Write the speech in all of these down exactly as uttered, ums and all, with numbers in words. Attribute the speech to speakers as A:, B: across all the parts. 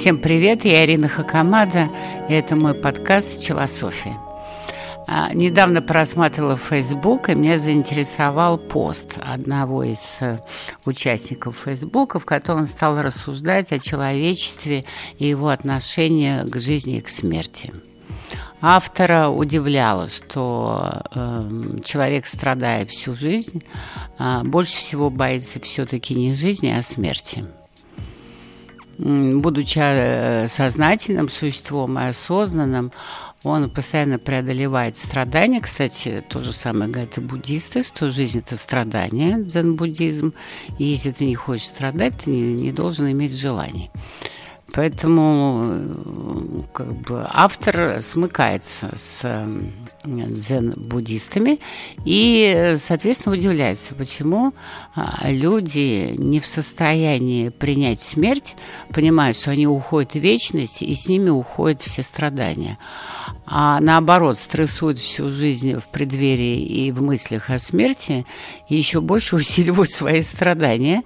A: Всем привет, я Ирина Хакамада, и это мой подкаст «Челософия». А, недавно просматривала Facebook, и меня заинтересовал пост одного из э, участников Facebook, в котором он стал рассуждать о человечестве и его отношении к жизни и к смерти. Автора удивляло, что э, человек, страдая всю жизнь, э, больше всего боится все-таки не жизни, а смерти. Будучи сознательным существом и осознанным, он постоянно преодолевает страдания. Кстати, то же самое говорят и буддисты, что жизнь – это страдание, дзен-буддизм. И если ты не хочешь страдать, ты не, не должен иметь желаний. Поэтому как бы, автор смыкается с дзен-буддистами и, соответственно, удивляется, почему люди не в состоянии принять смерть, понимают, что они уходят в вечность, и с ними уходят все страдания. А наоборот, стрессуют всю жизнь в преддверии и в мыслях о смерти, и еще больше усиливают свои страдания,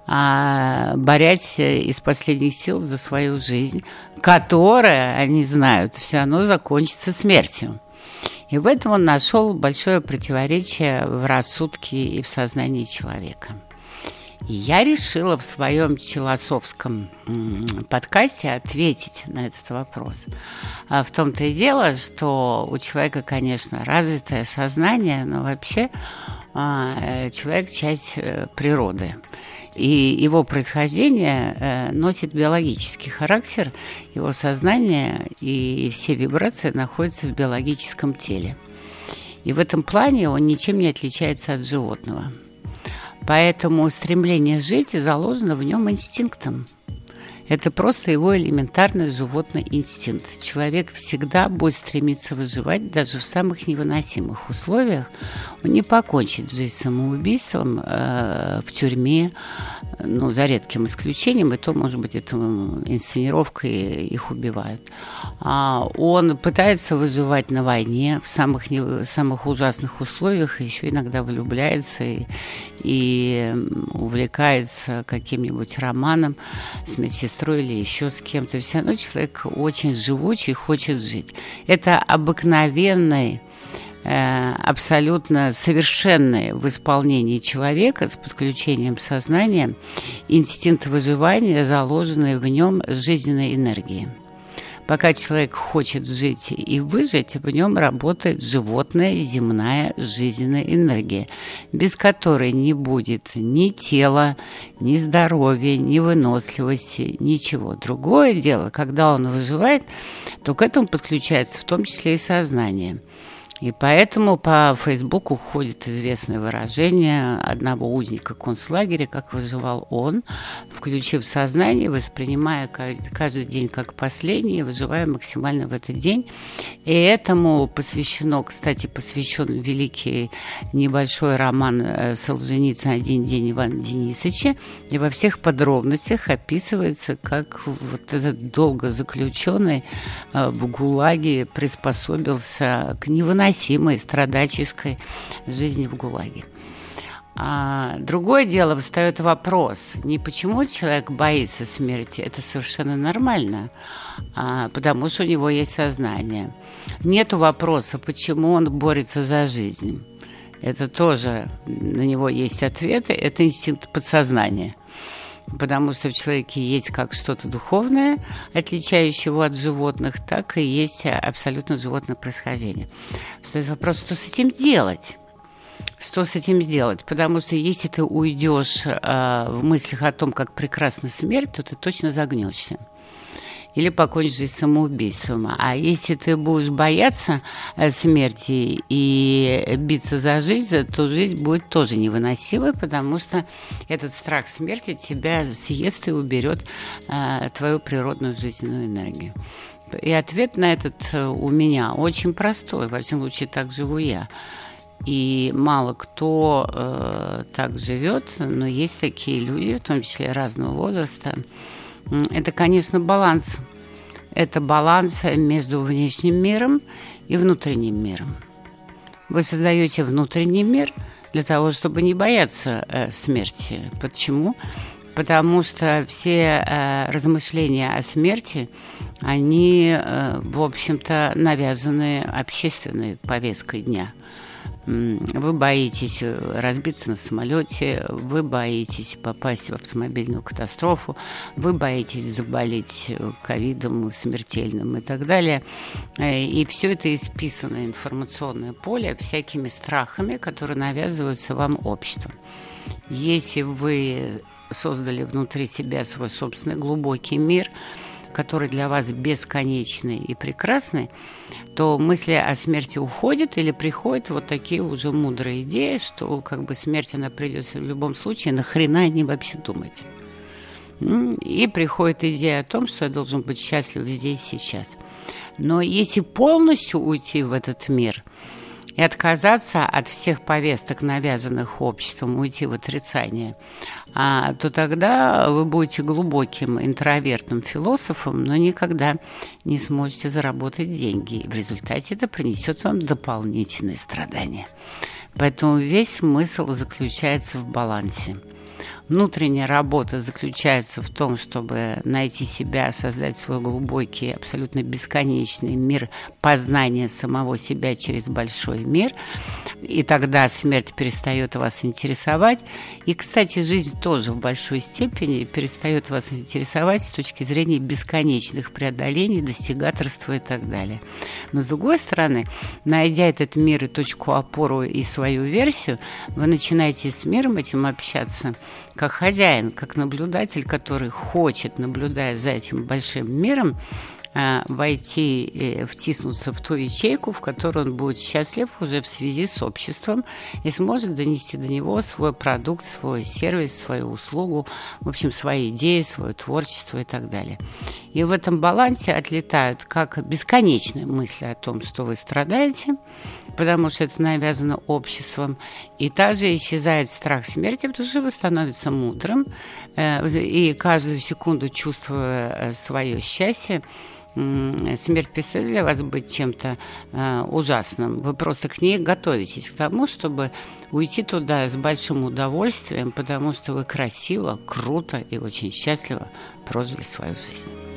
A: борясь из последних сил за свою жизнь, которая, они знают, все равно закончится смертью. И в этом он нашел большое противоречие в рассудке и в сознании человека. И я решила в своем челософском подкасте ответить на этот вопрос. А в том-то и дело, что у человека, конечно, развитое сознание, но вообще человек – часть природы. И его происхождение носит биологический характер, его сознание и все вибрации находятся в биологическом теле. И в этом плане он ничем не отличается от животного. Поэтому стремление жить заложено в нем инстинктом. Это просто его элементарный животный инстинкт. Человек всегда будет стремиться выживать даже в самых невыносимых условиях. Он не покончит жизнь самоубийством э, в тюрьме, ну, за редким исключением, и то, может быть, это инсценировка, и их убивают. А он пытается выживать на войне в самых, не, самых ужасных условиях, еще иногда влюбляется и, и увлекается каким-нибудь романом с медсестрой или еще с кем-то. Все равно человек очень живучий, хочет жить. Это обыкновенный, абсолютно совершенный в исполнении человека с подключением сознания инстинкт выживания, заложенный в нем жизненной энергией. Пока человек хочет жить и выжить, в нем работает животная земная жизненная энергия, без которой не будет ни тела, ни здоровья, ни выносливости, ничего. Другое дело, когда он выживает, то к этому подключается в том числе и сознание. И поэтому по Фейсбуку ходит известное выражение одного узника концлагеря, как выживал он, включив сознание, воспринимая каждый день как последний, выживая максимально в этот день. И этому посвящено, кстати, посвящен великий небольшой роман Солженицына «Один день» Ивана Денисовича. И во всех подробностях описывается, как вот этот долго заключенный в ГУЛАГе приспособился к невыносимому страдальческой жизни в ГУЛАГе. А другое дело, встает вопрос, не почему человек боится смерти, это совершенно нормально, а потому что у него есть сознание. Нету вопроса, почему он борется за жизнь. Это тоже, на него есть ответы, это инстинкт подсознания. Потому что в человеке есть как что-то духовное, отличающее его от животных, так и есть абсолютно животное происхождение. Встает вопрос, что с этим делать? Что с этим сделать? Потому что если ты уйдешь э, в мыслях о том, как прекрасна смерть, то ты точно загнешься. Или покончишь жизнь самоубийством. А если ты будешь бояться смерти и биться за жизнь, то жизнь будет тоже невыносимой, потому что этот страх смерти тебя съест и уберет э, твою природную жизненную энергию. И ответ на этот у меня очень простой. Во всяком случае, так живу я. И мало кто э, так живет, но есть такие люди, в том числе разного возраста. Это, конечно, баланс. Это баланс между внешним миром и внутренним миром. Вы создаете внутренний мир для того, чтобы не бояться э, смерти. Почему? Потому что все э, размышления о смерти, они, э, в общем-то, навязаны общественной повесткой дня. Вы боитесь разбиться на самолете, вы боитесь попасть в автомобильную катастрофу, вы боитесь заболеть ковидом смертельным и так далее. И все это исписано информационное поле всякими страхами, которые навязываются вам обществом. Если вы создали внутри себя свой собственный глубокий мир, который для вас бесконечный и прекрасный, то мысли о смерти уходят или приходят вот такие уже мудрые идеи, что как бы смерть, она придет в любом случае, нахрена о ней вообще думать? И приходит идея о том, что я должен быть счастлив здесь, сейчас. Но если полностью уйти в этот мир и отказаться от всех повесток, навязанных обществом, уйти в отрицание, а, то тогда вы будете глубоким интровертным философом, но никогда не сможете заработать деньги. И в результате это принесет вам дополнительные страдания. Поэтому весь смысл заключается в балансе. Внутренняя работа заключается в том, чтобы найти себя, создать свой глубокий, абсолютно бесконечный мир познания самого себя через большой мир. И тогда смерть перестает вас интересовать. И, кстати, жизнь тоже в большой степени перестает вас интересовать с точки зрения бесконечных преодолений, достигаторства и так далее. Но, с другой стороны, найдя этот мир и точку опоры и свою версию, вы начинаете с миром этим общаться как хозяин, как наблюдатель, который хочет, наблюдая за этим большим миром, войти, втиснуться в ту ячейку, в которой он будет счастлив уже в связи с обществом и сможет донести до него свой продукт, свой сервис, свою услугу, в общем, свои идеи, свое творчество и так далее. И в этом балансе отлетают как бесконечные мысли о том, что вы страдаете, потому что это навязано обществом, и также исчезает страх смерти, потому что вы становитесь мудрым, и каждую секунду, чувствуя свое счастье, смерть перестает для вас быть чем-то э, ужасным. Вы просто к ней готовитесь, к тому, чтобы уйти туда с большим удовольствием, потому что вы красиво, круто и очень счастливо прожили свою жизнь.